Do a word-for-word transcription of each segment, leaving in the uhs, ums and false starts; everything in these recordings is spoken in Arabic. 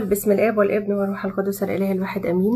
بسم الآب والابن والروح القدس الإله الواحد أمين.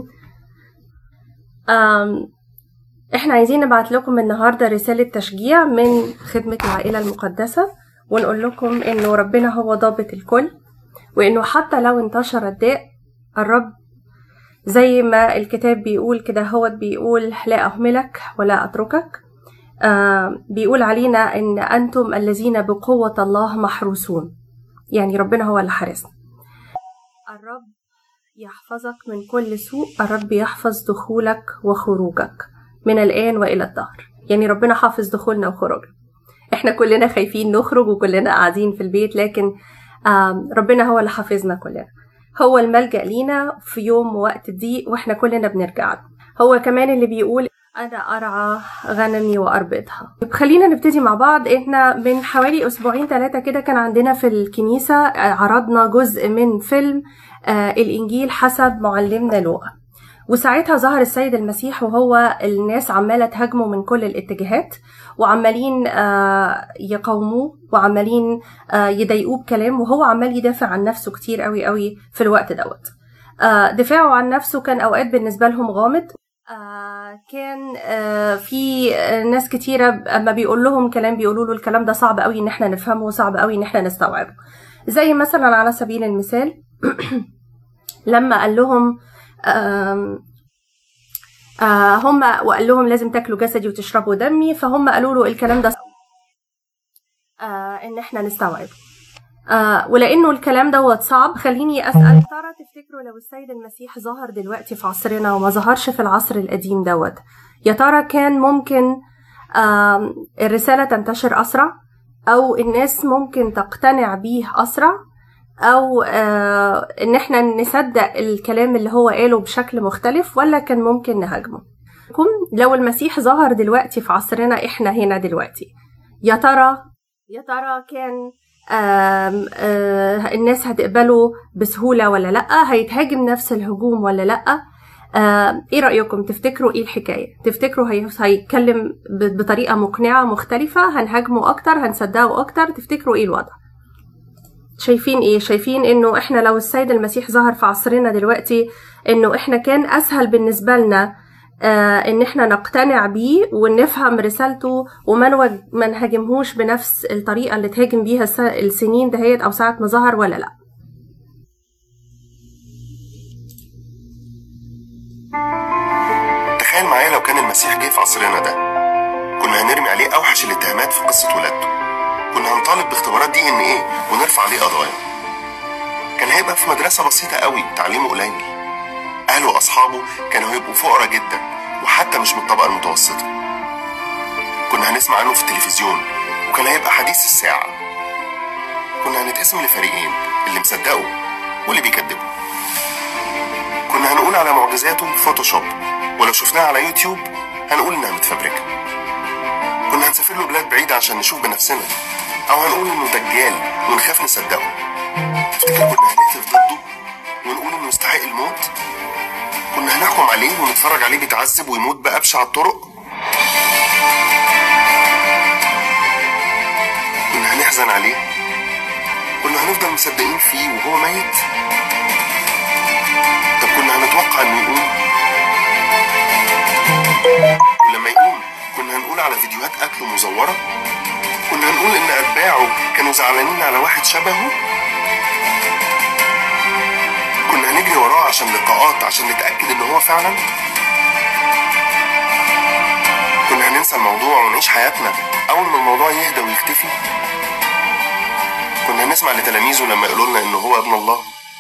أم إحنا عايزين نبعت لكم النهاردة رسالة تشجيع من خدمة العائلة المقدسة، ونقول لكم إنه ربنا هو ضابط الكل، وإنه حتى لو انتشر الداء الرب زي ما الكتاب بيقول كده، هو بيقول لا أهملك ولا أتركك. بيقول علينا إن أنتم الذين بقوة الله محروسون، يعني ربنا هو اللي حارسنا. الرب يحفظك من كل سوء، الرب يحفظ دخولك وخروجك من الآن وإلى الدهر. يعني ربنا حافظ دخولنا وخروجنا. احنا كلنا خايفين نخرج وكلنا قاعدين في البيت، لكن ربنا هو اللي حافظنا كلنا، هو الملجأ لينا في يوم ووقت الضيق، واحنا كلنا بنرجع له. هو كمان اللي بيقول أنا أرعى غنمي وأربطها. خلينا نبتدي مع بعض. احنا من حوالي أسبوعين ثلاثة كده كان عندنا في الكنيسة عرضنا جزء من فيلم آه الإنجيل حسب معلمنا لوقا، وساعتها ظهر السيد المسيح وهو الناس عمالة تهاجمه من كل الاتجاهات، وعمالين آه يقاوموه، وعمالين آه يضايقوه بكلام، وهو عمال يدافع عن نفسه كتير قوي قوي في الوقت دوت. آه دفاعه عن نفسه كان أوقات بالنسبة لهم غامض. آه كان آه في ناس كتيرة اما بيقول لهم كلام بيقولوا له الكلام ده صعب قوي ان احنا نفهمه، وصعب قوي ان احنا نستوعبه. زي مثلا على سبيل المثال لما قال لهم آه آه هم وقال لهم لازم تاكلوا جسدي وتشربوا دمي، فهم قالوا له الكلام ده صعب آه ان احنا نستوعبه. آه ولانه الكلام دوت صعب، خليني اسال، ترى تفتكروا لو السيد المسيح ظهر دلوقتي في عصرنا وما ظهرش في العصر القديم دوت، يا ترى كان ممكن آه الرساله تنتشر اسرع، او الناس ممكن تقتنع بيه اسرع، او آه ان احنا نصدق الكلام اللي هو قاله بشكل مختلف، ولا كان ممكن نهاجمه؟ لو المسيح ظهر دلوقتي في عصرنا احنا هنا دلوقتي، يا ترى يا ترى كان آم آم الناس هتقبله بسهولة ولا لأ؟ هيتهاجم نفس الهجوم ولا لأ؟ ايه رأيكم؟ تفتكروا ايه الحكاية؟ تفتكروا هيتكلم بطريقة مقنعة مختلفة؟ هنهاجمه اكتر؟ هنصدقه اكتر؟ تفتكروا ايه الوضع؟ شايفين ايه؟ شايفين انه احنا لو السيد المسيح ظهر في عصرنا دلوقتي، انه احنا كان اسهل بالنسبة لنا آه ان احنا نقتنع بيه ونفهم رسالته، وما ما نهاجمهوش بنفس الطريقة اللي تهاجم بيها السنين دهيت او ساعة ما ظهر، ولا لا؟ تخيل معايا لو كان المسيح جه في عصرنا ده، كنا هنرمي عليه اوحش الاتهامات في قصة ولادته، كنا هنطالب باختبارات دي ان ايه ونرفع عليه قضايا. كان هيبقى في مدرسة بسيطة قوي تعليمه قليل، اهله واصحابه كانوا هيبقوا فقراء جدا وحتى مش من الطبقة المتوسطة. كنا هنسمع عنه في التلفزيون وكان هيبقى حديث الساعة. كنا هنتقسم لفريقين، اللي مصدقه واللي بيكذبه. كنا هنقول على معجزاته فوتوشوب، ولو شفناها على يوتيوب هنقول انها متفبركة. كنا هنسافر له بلاد بعيدة عشان نشوف بنفسنا، او هنقول انه دجال ونخاف نصدقه. تفتكر كنا هنهتف ضده ونقول انه يستحق الموت؟ كنا هنحكم عليه ونتفرج عليه بيتعذب ويموت بأبشع الطرق؟ كنا هنحزن عليه؟ كنا هنفضل مصدقين فيه وهو ميت؟ طب كنا هنتوقع انه يقوم؟ ولما يقوم كنا هنقول على فيديوهات قتله مزورة؟ كنا هنقول ان اتباعه كانوا زعلانين على واحد شبهه؟ كنا هنجري وراه عشان لقاءات عشان نتأكد ان هو فعلا؟ كنا هننسى الموضوع ونعيش حياتنا اول ما الموضوع يهدى ويختفي؟ كنا هنسمع لتلاميذه لما يقولوا لنا انه هو ابن الله؟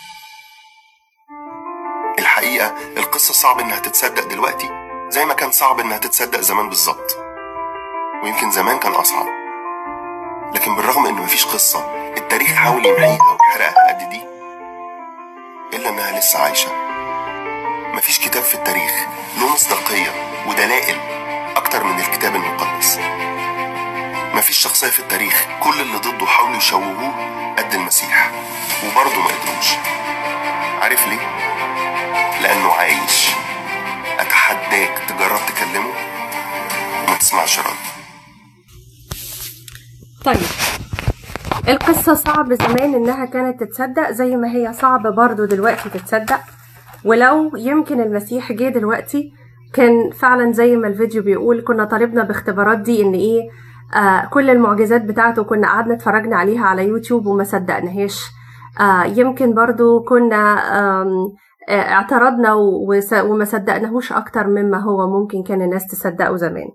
الحقيقة القصة صعب انها تتصدق دلوقتي زي ما كان صعب انها تتصدق زمان بالظبط، ويمكن زمان كان اصعب. لكن بالرغم انه مفيش قصة التاريخ حاول يمحيها ويحرقها قد دي، إلا إنها لسه عايشة. مفيش كتاب في التاريخ له مصداقية ودلائل أكتر من الكتاب المقدس. مفيش شخصية في التاريخ كل اللي ضده حاولوا يشوهوه قد المسيح، وبرضه ما قدروش. عارف ليه؟ لأنه عايش. أتحداك تجرب تكلمه وما تسمعش رد. طيب القصة صعب زمان انها كانت تتصدق زي ما هي صعب برضو دلوقتي تتصدق، ولو يمكن المسيح جه دلوقتي كان فعلا زي ما الفيديو بيقول كنا طالبنا باختبارات دي ان ايه آه كل المعجزات بتاعته كنا قعدنا اتفرجنا عليها على يوتيوب وما صدقناهاش. آه يمكن برضو كنا آه اعترضنا وما صدقناهوش اكتر مما هو ممكن كان الناس تصدقه زمان.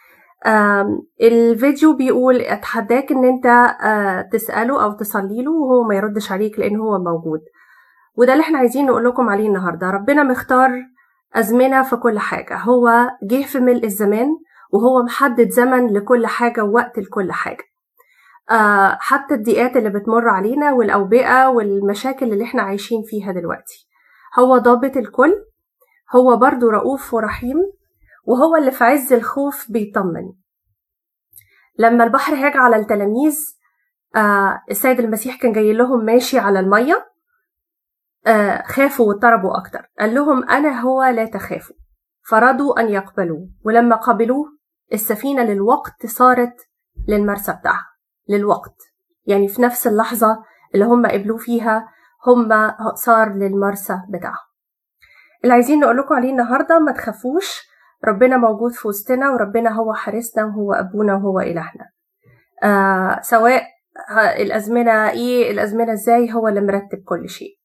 الفيديو بيقول اتحداك ان انت تسأله او تصلي له وهو ما يردش عليك لان هو موجود. وده اللي احنا عايزين نقول لكم عليه النهارده. ربنا مختار ازمنه في كل حاجه، هو جه في ملء الزمان وهو محدد زمن لكل حاجه ووقت لكل حاجه. آه حتى الضيقات اللي بتمر علينا والاوبئه والمشاكل اللي احنا عايشين فيها دلوقتي، هو ضابط الكل، هو برضو رؤوف ورحيم، وهو اللي في عز الخوف بيطمن. لما البحر هاج على التلاميذ آه السيد المسيح كان جاي لهم ماشي على المية، آه خافوا واضطربوا أكتر. قال لهم أنا هو لا تخافوا، فرضوا أن يقبلوه، ولما قبلوه السفينة للوقت صارت للمرسى بتاعها. للوقت يعني في نفس اللحظة اللي هم قبلوه فيها هم صار للمرسى بتاعهم. اللي عايزين نقول لكم عليه النهاردة ما تخافوش، ربنا موجود في وسطنا، وربنا هو حارسنا وهو أبونا وهو إلهنا. آه سواء الأزمنة إيه الأزمنة إزاي، هو اللي مرتب كل شيء.